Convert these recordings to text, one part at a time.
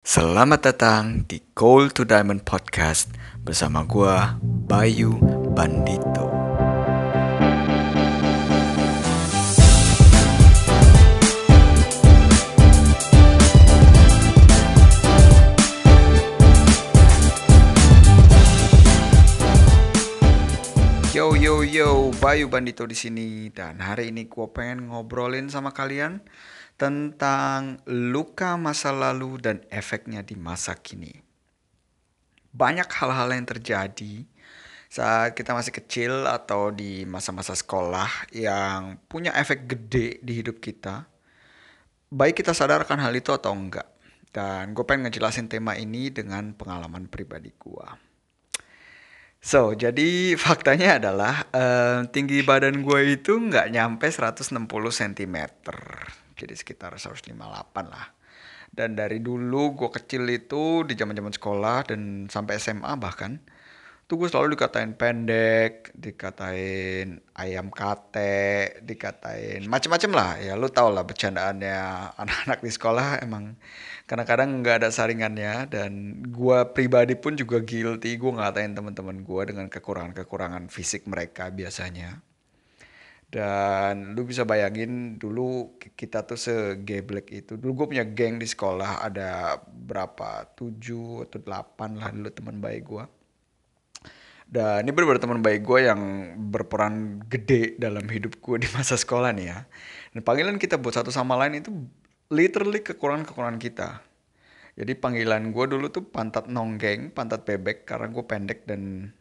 Selamat datang di Gold to Diamond Podcast bersama gua Bayu Bandito. Yo, Bayu Bandito di sini dan hari ini gua pengen ngobrolin sama kalian tentang luka masa lalu dan efeknya di masa kini. Banyak hal-hal yang terjadi saat kita masih kecil atau di masa-masa sekolah yang punya efek gede di hidup kita. Baik kita sadarkan hal itu atau enggak. Dan gue pengen ngejelasin tema ini dengan pengalaman pribadi gue. Jadi faktanya adalah tinggi badan gue itu nggak nyampe 160 cm. Jadi sekitar 158 lah. Dan dari dulu gue kecil itu di zaman-zaman sekolah dan sampai SMA bahkan tuh gue selalu dikatain pendek, dikatain ayam kate, dikatain macem-macem lah. Ya lu tau lah bercandaannya anak-anak di sekolah emang kadang-kadang nggak ada saringannya. Dan gue pribadi pun juga guilty, gue ngatain teman-teman gue dengan kekurangan-kekurangan fisik mereka biasanya. Dan lu bisa bayangin dulu kita tuh segeblek itu. Dulu gue punya geng di sekolah, ada berapa, 7 atau 8 lah dulu teman baik gue. Dan ini benar-benar teman baik gue yang berperan gede dalam hidup gue di masa sekolah nih ya. Dan panggilan kita buat satu sama lain itu literally kekurangan-kekurangan kita. Jadi panggilan gue dulu tuh pantat nonggeng, pantat bebek karena gue pendek dan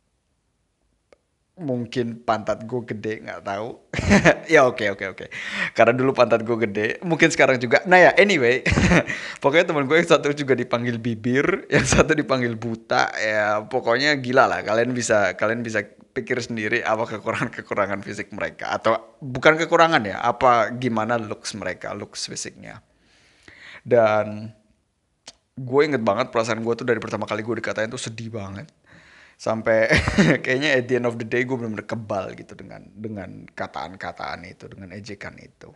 mungkin pantat gue gede, nggak tahu. Ya oke. Karena dulu pantat gue gede, mungkin sekarang juga. Nah ya anyway, pokoknya teman gue yang satu juga dipanggil bibir, yang satu dipanggil buta. Ya pokoknya gila lah. Kalian bisa pikir sendiri apa kekurangan fisik mereka, atau bukan kekurangan ya, apa gimana looks mereka, looks fisiknya. Dan gue inget banget perasaan gue tuh dari pertama kali gue dikatain tuh sedih banget. Sampai kayaknya at the end of the day gue benar-benar kebal gitu dengan kataan-kataan itu, dengan ejekan itu.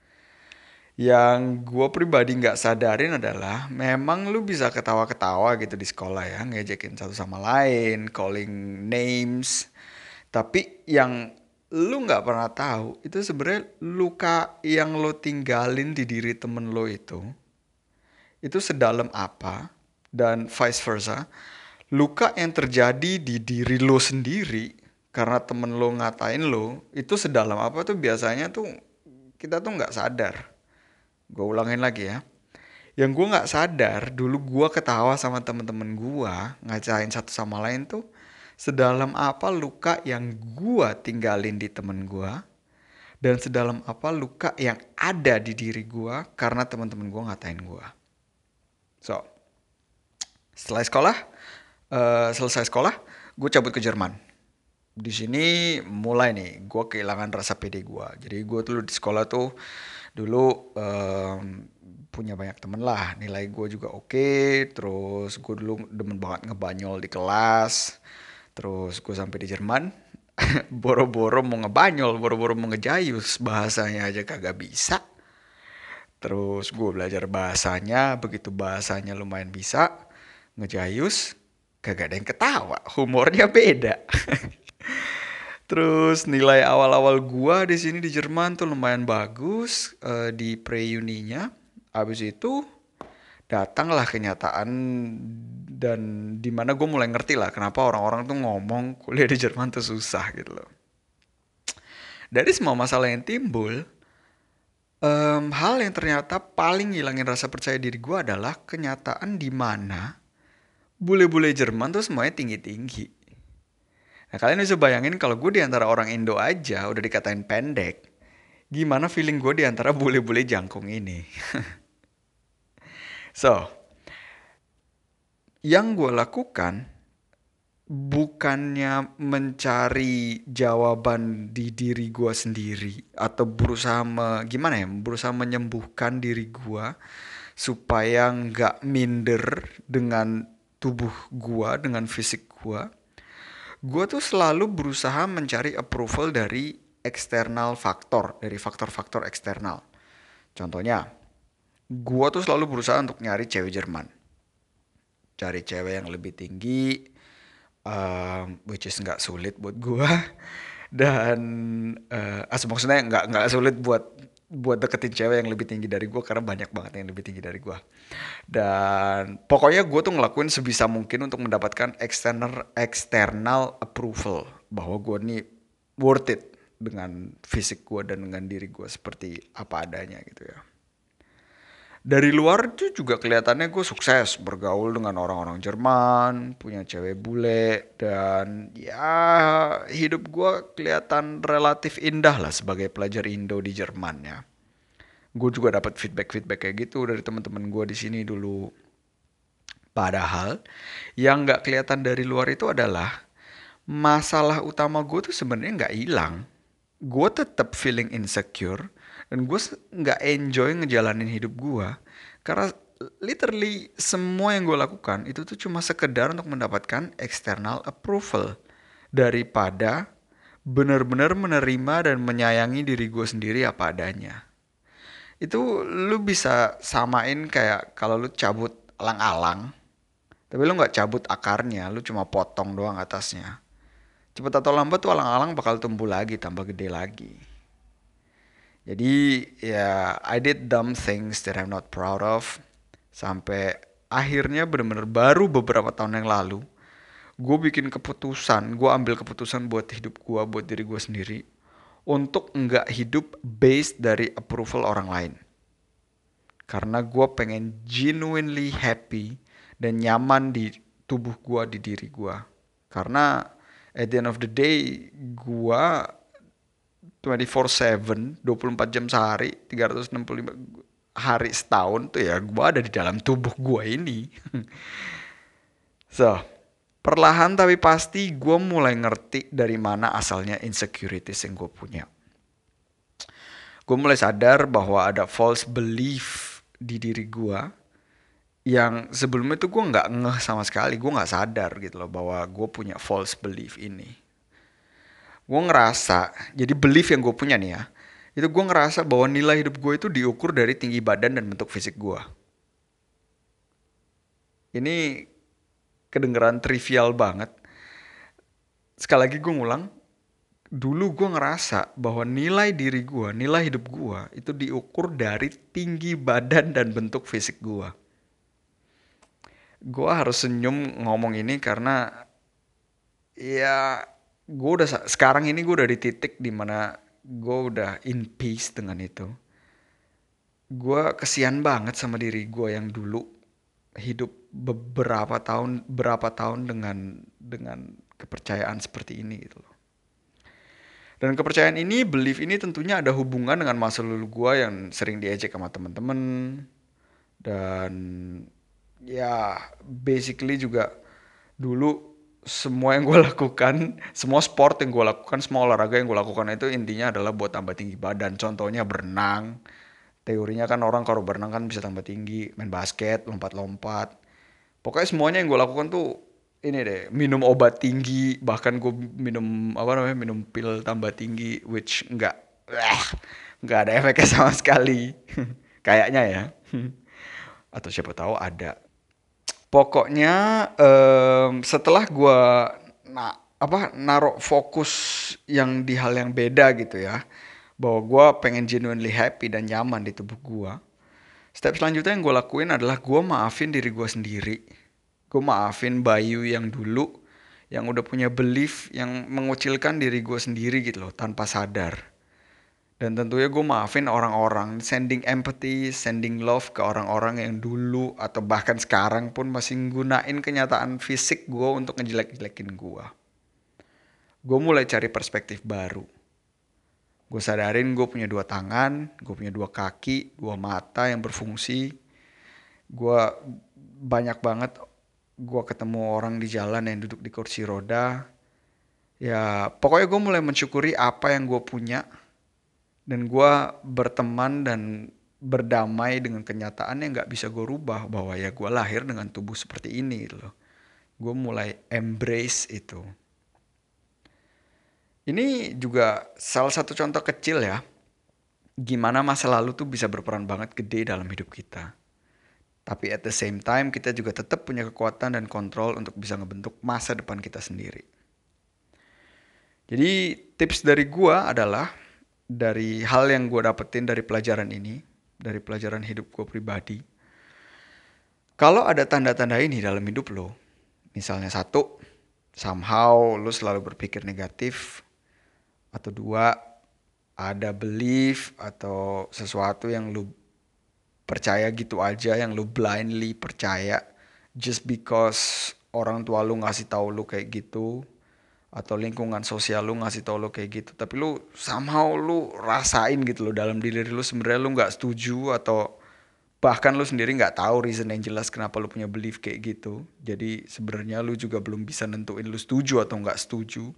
Yang gue pribadi nggak sadarin adalah memang lu bisa ketawa-ketawa gitu di sekolah ya, ngejekin satu sama lain, calling names. Tapi yang lu nggak pernah tahu itu sebenarnya luka yang lo tinggalin di diri temen lo itu sedalam apa, dan vice versa. Luka yang terjadi di diri lo sendiri karena temen lo ngatain lo itu sedalam apa tuh biasanya tuh kita tuh nggak sadar. Gue ulangin lagi ya. Yang gue nggak sadar dulu gue ketawa sama temen-temen gue ngacain satu sama lain tuh sedalam apa luka yang gue tinggalin di temen gue, dan sedalam apa luka yang ada di diri gue karena temen-temen gue ngatain gue. So, setelah sekolah, selesai sekolah, gue cabut ke Jerman. Di sini mulai nih, gue kehilangan rasa pede gue. Jadi gue dulu di sekolah tuh dulu punya banyak temen lah. Nilai gue juga oke. Terus gue dulu demen banget ngebanyol di kelas. Terus gue sampai di Jerman, boro-boro mau ngebanyol, boro-boro mau ngejayus, bahasanya aja kagak bisa. Terus gue belajar bahasanya, begitu bahasanya lumayan bisa, ngejayus, kagak ada yang ketawa, humornya beda. Terus nilai awal-awal gua di sini di Jerman tuh lumayan bagus di pre-uninya. Abis itu datanglah kenyataan, dan dimana gue mulai ngerti lah kenapa orang-orang tuh ngomong kuliah di Jerman tuh susah gitu loh. Dari semua masalah yang timbul, hal yang ternyata paling ngilangin rasa percaya diri gue adalah kenyataan di mana bule-bule Jerman tuh semuanya tinggi-tinggi. Nah kalian bisa bayangin kalau gue diantara orang Indo aja udah dikatain pendek, gimana feeling gue diantara bule-bule jangkung ini. So, yang gue lakukan bukannya mencari jawaban di diri gue sendiri atau berusaha menyembuhkan diri gue supaya nggak minder dengan tubuh gue, dengan fisik gue. Gue tuh selalu berusaha mencari approval dari eksternal faktor, dari faktor-faktor eksternal. Contohnya, gue tuh selalu berusaha untuk nyari cewek Jerman. cari cewek yang lebih tinggi, which is nggak sulit buat gua. Dan maksudnya nggak sulit buat deketin cewek yang lebih tinggi dari gua karena banyak banget yang lebih tinggi dari gua. Dan pokoknya gue tuh ngelakuin sebisa mungkin untuk mendapatkan external approval bahwa gue nih worth it dengan fisik gue dan dengan diri gue seperti apa adanya gitu ya. Dari luar itu juga kelihatannya gue sukses bergaul dengan orang-orang Jerman, punya cewek bule, dan ya hidup gue kelihatan relatif indah lah sebagai pelajar Indo di Jerman ya. Gue juga dapat feedback kayak gitu dari teman-teman gue di sini dulu. Padahal yang nggak kelihatan dari luar itu adalah masalah utama gue tuh sebenarnya nggak hilang. Gue tetap feeling insecure dan gue nggak enjoy ngejalanin hidup gue karena literally semua yang gue lakukan itu tuh cuma sekedar untuk mendapatkan external approval daripada benar-benar menerima dan menyayangi diri gue sendiri apa adanya. Itu lu bisa samain kayak kalau lu cabut alang-alang, tapi lu nggak cabut akarnya, lu cuma potong doang atasnya. Cepet atau lambat tuh alang-alang bakal tumbuh lagi, tambah gede lagi. Jadi ya I did dumb things that I'm not proud of. Sampai akhirnya bener-bener baru beberapa tahun yang lalu, gue bikin keputusan, gue ambil keputusan buat hidup gue, buat diri gue sendiri. Untuk nggak hidup based dari approval orang lain. Karena gue pengen genuinely happy dan nyaman di tubuh gue, di diri gue. Karena at the end of the day, gue 24/7, 24 jam sehari, 365 hari setahun tuh ya, gue ada di dalam tubuh gue ini. So, perlahan tapi pasti gue mulai ngerti dari mana asalnya insecurities yang gue punya. Gue mulai sadar bahwa ada false belief di diri gue yang sebelumnya tuh gue nggak ngeh sama sekali, gue nggak sadar gitu loh bahwa gue punya false belief ini. Gue ngerasa, jadi belief yang gue punya nih ya, itu gue ngerasa bahwa nilai hidup gue itu diukur dari tinggi badan dan bentuk fisik gue. Ini kedengeran trivial banget. Sekali lagi gue ngulang, dulu gue ngerasa bahwa nilai diri gue, nilai hidup gue itu diukur dari tinggi badan dan bentuk fisik gue. Gue harus senyum ngomong ini karena ya gue udah sekarang ini gue udah di titik dimana gue udah in peace dengan itu. Gue kesian banget sama diri gue yang dulu hidup berapa tahun dengan kepercayaan seperti ini gitu loh. Dan kepercayaan ini, belief ini tentunya ada hubungan dengan masa lalu gue yang sering diejek sama temen-temen. Dan ya basically juga dulu semua yang gue lakukan, semua sport yang gue lakukan, semua olahraga yang gue lakukan itu intinya adalah buat tambah tinggi badan. Contohnya berenang. Teorinya kan orang kalau berenang kan bisa tambah tinggi, main basket, lompat-lompat. Pokoknya semuanya yang gue lakukan tuh ini deh, minum obat tinggi, bahkan gue minum apa namanya, minum pil tambah tinggi, which nggak ada efeknya sama sekali, kayaknya ya. Atau siapa tahu ada. Pokoknya setelah gue naruh fokus yang di hal yang beda gitu ya, bahwa gue pengen genuinely happy dan nyaman di tubuh gue. Step selanjutnya yang gue lakuin adalah gue maafin diri gue sendiri. Gue maafin Bayu yang dulu, yang udah punya belief yang mengucilkan diri gue sendiri gitu loh, tanpa sadar. Dan tentunya gue maafin orang-orang, sending empathy, sending love ke orang-orang yang dulu atau bahkan sekarang pun masih gunain kenyataan fisik gue untuk ngejelek-jelekin gue. Gue mulai cari perspektif baru. Gue sadarin gue punya 2 tangan, gue punya 2 kaki, 2 mata yang berfungsi. Gue banyak banget gue ketemu orang di jalan yang duduk di kursi roda. Ya pokoknya gue mulai mensyukuri apa yang gue punya. Dan gue berteman dan berdamai dengan kenyataan yang gak bisa gue rubah. Bahwa ya gue lahir dengan tubuh seperti ini gitu loh. Gue mulai embrace itu. Ini juga salah satu contoh kecil ya. Gimana masa lalu tuh bisa berperan banget gede dalam hidup kita. Tapi at the same time kita juga tetap punya kekuatan dan kontrol untuk bisa ngebentuk masa depan kita sendiri. Jadi tips dari gua adalah dari hal yang gua dapetin dari pelajaran ini, dari pelajaran hidup gua pribadi. Kalau ada tanda-tanda ini dalam hidup lo, misalnya satu, somehow lo selalu berpikir negatif, atau dua, ada belief atau sesuatu yang lo percaya gitu aja, yang lo blindly percaya just because orang tua lu ngasih tahu lu kayak gitu, atau lingkungan sosial lu ngasih tahu lu kayak gitu, tapi lu somehow lu rasain gitu lo dalam diri lu sebenarnya lu nggak setuju, atau bahkan lu sendiri nggak tahu reason yang jelas kenapa lu punya belief kayak gitu. Jadi sebenarnya lu juga belum bisa nentuin lu setuju atau nggak setuju.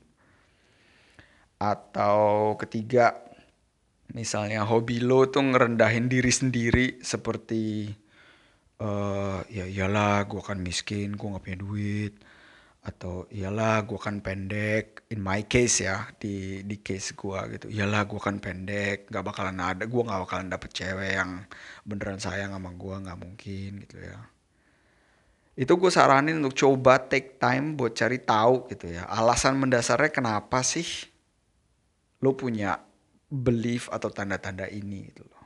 Atau ketiga, misalnya hobi lo tuh ngerendahin diri sendiri, seperti ya iyalah gue kan miskin, gue nggak punya duit, atau iyalah gue kan pendek, in my case ya, di case gue gitu, iyalah gue kan pendek, gue nggak bakalan dapet cewek yang beneran sayang sama gue, nggak mungkin gitu ya. Itu gue saranin untuk coba take time buat cari tahu gitu ya, alasan mendasarnya kenapa sih lo punya belief atau tanda-tanda ini gitu loh.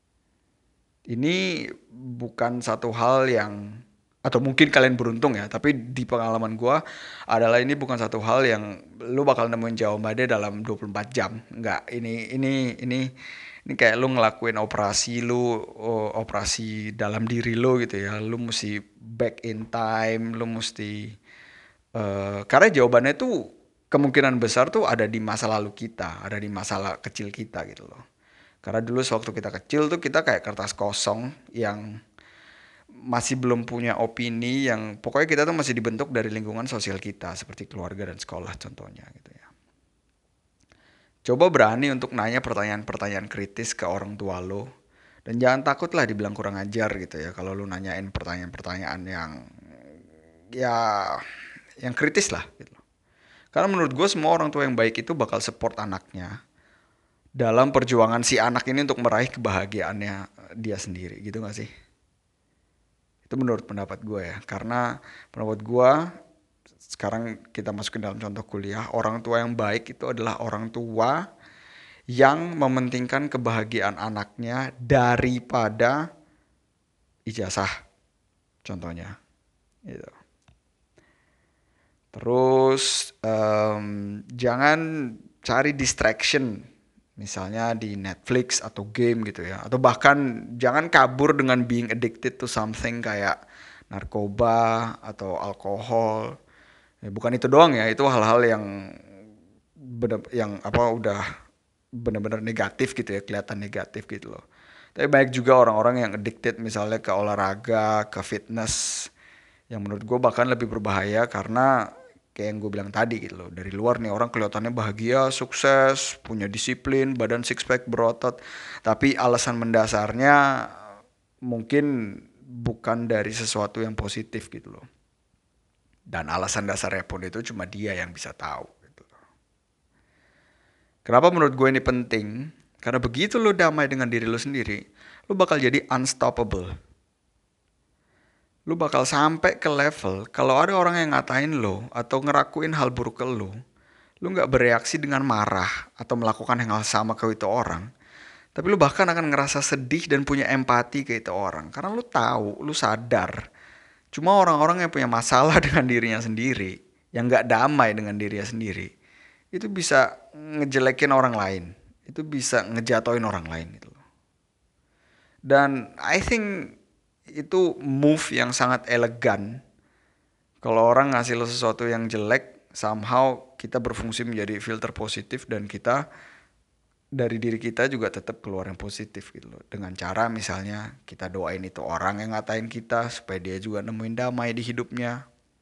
Ini bukan satu hal yang, atau mungkin kalian beruntung ya, tapi di pengalaman gua adalah ini bukan satu hal yang lu bakal nemuin jawabannya dalam 24 jam. Enggak, ini kayak lu ngelakuin operasi dalam diri lu gitu ya. Lu mesti back in time, lu mesti karena jawabannya tuh kemungkinan besar tuh ada di masa lalu kita, ada di masa kecil kita gitu loh. Karena dulu sewaktu kita kecil tuh kita kayak kertas kosong yang masih belum punya opini, yang pokoknya kita tuh masih dibentuk dari lingkungan sosial kita seperti keluarga dan sekolah contohnya gitu ya. Coba berani untuk nanya pertanyaan-pertanyaan kritis ke orang tua lo, dan jangan takut lah dibilang kurang ajar gitu ya kalau lo nanyain pertanyaan-pertanyaan ya yang kritis lah gitu. Karena menurut gue semua orang tua yang baik itu bakal support anaknya dalam perjuangan si anak ini untuk meraih kebahagiaannya dia sendiri gitu gak sih? Itu menurut pendapat gue ya. Karena pendapat gue, sekarang kita masukin dalam contoh kuliah, orang tua yang baik itu adalah orang tua yang mementingkan kebahagiaan anaknya daripada ijazah contohnya gitu. Terus jangan cari distraction, misalnya di Netflix atau game gitu ya. Atau bahkan jangan kabur dengan being addicted to something kayak narkoba atau alkohol. Ya, bukan itu doang ya, itu hal-hal yang udah benar-benar negatif gitu ya, kelihatan negatif gitu loh. Tapi banyak juga orang-orang yang addicted misalnya ke olahraga, ke fitness, yang menurut gue bahkan lebih berbahaya karena kayak yang gue bilang tadi gitu loh. Dari luar nih orang kelihatannya bahagia, sukses, punya disiplin, badan six pack, berotot. Tapi alasan mendasarnya mungkin bukan dari sesuatu yang positif gitu loh. Dan alasan dasarnya pun itu cuma dia yang bisa tahu gitu. Kenapa menurut gue ini penting? Karena begitu lo damai dengan diri lo sendiri, lo bakal jadi unstoppable. Lu bakal sampai ke level kalau ada orang yang ngatain lo atau ngerakuin hal buruk ke lu nggak bereaksi dengan marah atau melakukan hal sama ke itu orang, tapi lu bahkan akan ngerasa sedih dan punya empati ke itu orang karena lu tahu, lu sadar, cuma orang-orang yang punya masalah dengan dirinya sendiri, yang nggak damai dengan dirinya sendiri, itu bisa ngejelekin orang lain, itu bisa ngejatoin orang lain gitu. Dan I think itu move yang sangat elegan. Kalau orang ngasih lo sesuatu yang jelek, somehow kita berfungsi menjadi filter positif dan kita dari diri kita juga tetap keluar yang positif gitu loh. Dengan cara misalnya kita doain itu orang yang ngatain kita supaya dia juga nemuin damai di hidupnya.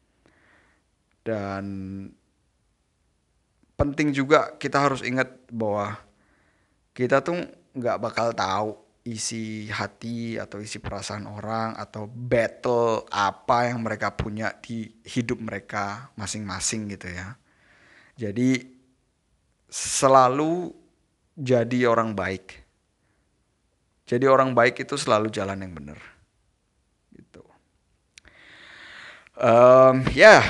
Dan penting juga kita harus ingat bahwa kita tuh nggak bakal tahu isi hati atau isi perasaan orang atau battle apa yang mereka punya di hidup mereka masing-masing gitu ya. Jadi selalu jadi orang baik. Jadi orang baik itu selalu jalan yang benar. Gitu. Ya,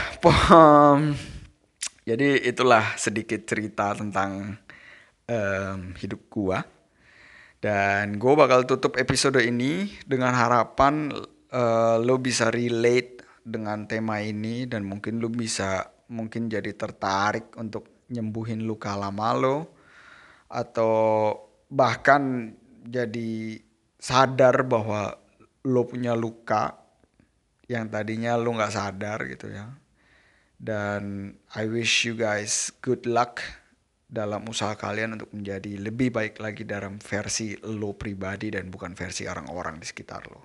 jadi itulah sedikit cerita tentang hidup gua. Dan gue bakal tutup episode ini dengan harapan lo bisa relate dengan tema ini dan mungkin lo bisa mungkin jadi tertarik untuk nyembuhin luka lama lo atau bahkan jadi sadar bahwa lo punya luka yang tadinya lo nggak sadar gitu ya. Dan I wish you guys good luck dalam usaha kalian untuk menjadi lebih baik lagi dalam versi lo pribadi dan bukan versi orang-orang di sekitar lo.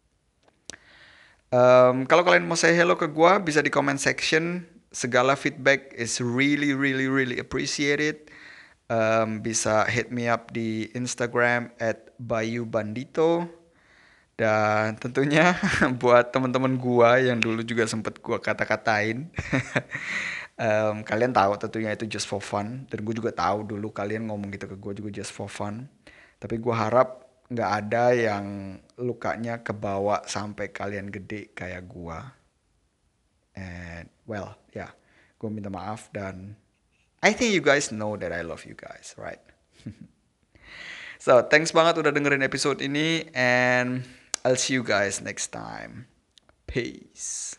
Kalau kalian mau say hello ke gua bisa di comment section. Segala feedback is really really really appreciated. Bisa hit me up di Instagram @bayubandito. Dan tentunya buat teman-teman gua yang dulu juga sempet gua kata-katain, kalian tahu tentunya itu just for fun. Dan gue juga tahu dulu kalian ngomong gitu ke gue juga just for fun. Tapi gua harap nggak ada yang lukanya kebawa sampai kalian gede kayak gua. And well, ya, yeah, gue minta maaf dan I think you guys know that I love you guys, right? So, thanks banget udah dengerin episode ini and I'll see you guys next time. Peace.